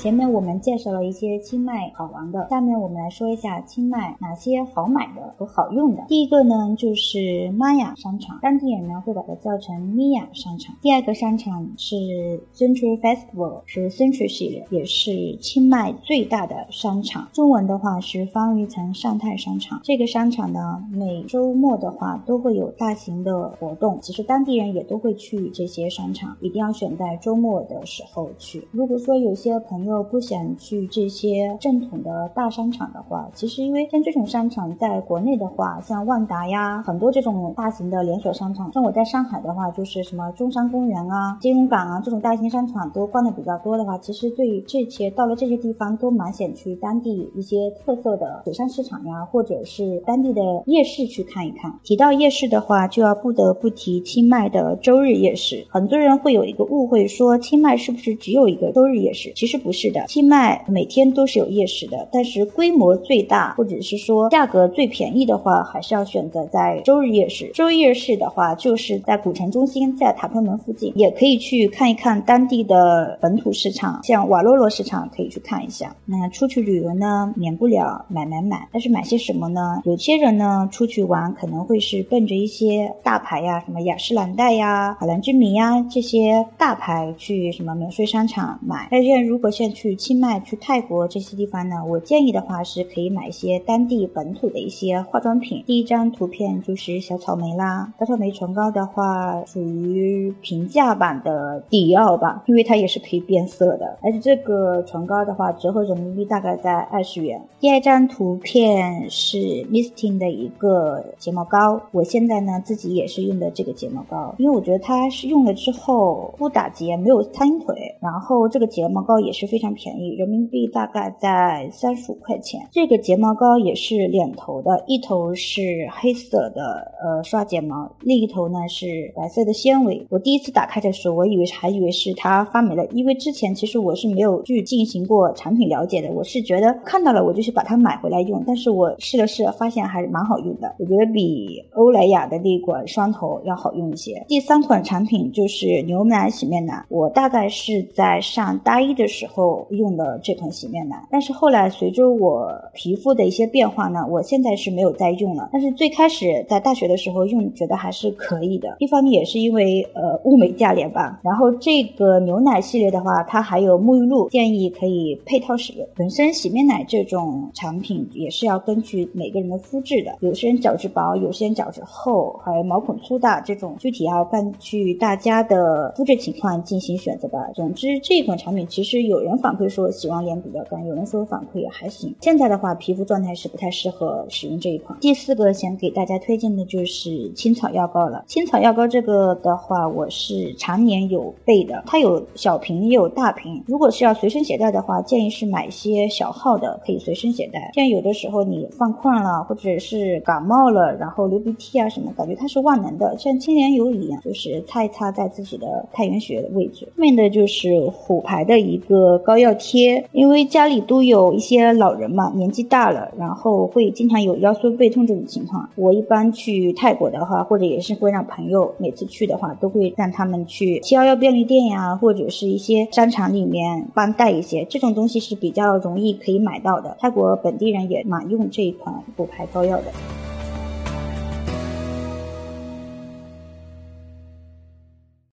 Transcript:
前面我们介绍了一些清迈好玩的，下面我们来说一下清迈哪些好买的和好用的。第一个呢就是Maya 商场，当地人呢会把它叫成 Mia 商场。第二个商场是 Century Festival， 是 Century 系列，也是清迈最大的商场，中文的话是翻译成尚泰商场。这个商场呢每周末的话都会有大型的活动，其实当地人也都会去这些商场，一定要选在周末的时候去。如果说有些朋友不想去这些正统的大商场的话，其实因为像这种商场在国内的话，像万达呀，很多这种大型的连锁商场，像我在上海的话就是什么中山公园啊、金融港啊，这种大型商场都逛的比较多的话，其实对于这些到了这些地方都蛮想去当地一些特色的水上市场呀，或者是当地的夜市去看一看。提到夜市的话，就要不得不提清迈的周日夜市。很多人会有一个误会，说清迈是不是只有一个周日夜市？其实不是的，清迈每天都是有夜市的，但是规模最大或者是说价格最便宜的话，还是要选择在周日夜市。周日夜市的话就是在古城中心，在塔特门附近，也可以去看一看当地的本土市场，像瓦洛罗市场可以去看一下。那出去旅游呢，免不了买，但是买些什么呢？有些人呢出去玩可能会是奔着一些大牌呀，什么雅诗兰黛呀、海蓝之谜呀这些大牌去什么免税商场买。但是如果现在去清迈、去泰国这些地方呢，我建议的话是可以买一些当地本土的一些化妆品。第一张图片就是小草莓啦，小草莓唇膏的话属于平价版的迪奥吧，因为它也是可以变色的，而且这个唇膏的话折合人民币大概在20元。第二张图片是 Misting 的一个睫毛膏，我现在呢自己也是用的这个睫毛膏，因为我觉得它是用了之后不打结，没有苍腿，然后这个睫毛膏也是非常便宜，人民币大概在35块钱。这个睫毛膏也是两头的，一头是黑色的刷睫毛，另一头呢是白色的纤维。我第一次打开的时候我还以为是它发霉了，因为之前其实我是没有去进行过产品了解的，我是觉得看到了我就去把它买回来用，但是我试了试发现还是蛮好用的，我觉得比欧莱雅的那款双头要好用一些。第三款产品就是牛奶洗面奶，我大概是在上大一的时候用的这款洗面奶，但是后来随着我皮肤的一些变化呢，我现在是没有再用了，但是最开始在大学的时候用觉得还是可以的，一方面也是因为物美价廉吧。然后这个牛奶系列的话，它还有沐浴露，建议可以配套使用。本身洗面奶这种产品也是要根据每个人的肤质的，有些人角质薄，有些人角质厚，还有毛孔粗大，这种具体要根据大家的肤质情况进行选择吧。总之这款产品其实有人反馈说洗完脸比较干，有人说反馈也还行，现在的话皮肤状态是不太适合使用这一款。第四个想给大家推荐的就是青草药膏了。青草药膏这个的话我是常年有备的，它有小瓶也有大瓶，如果是要随身携带的话，建议是买一些小号的可以随身携带，像有的时候你犯困了或者是感冒了，然后流鼻涕啊什么，感觉它是万能的，像清凉油一样，就是擦一擦在自己的太阳穴的位置。后面的就是虎牌的一个膏药贴，因为家里都有一些老人嘛，年纪大了，然后会经常有腰酸背痛这种情况，我一般去泰国的话，或者也是会让朋友每次去的话都会让他们去711便利店呀，或者是一些商场里面帮带一些，这种东西是比较容易可以买到的，泰国本地人也蛮用这一款虎牌膏药的。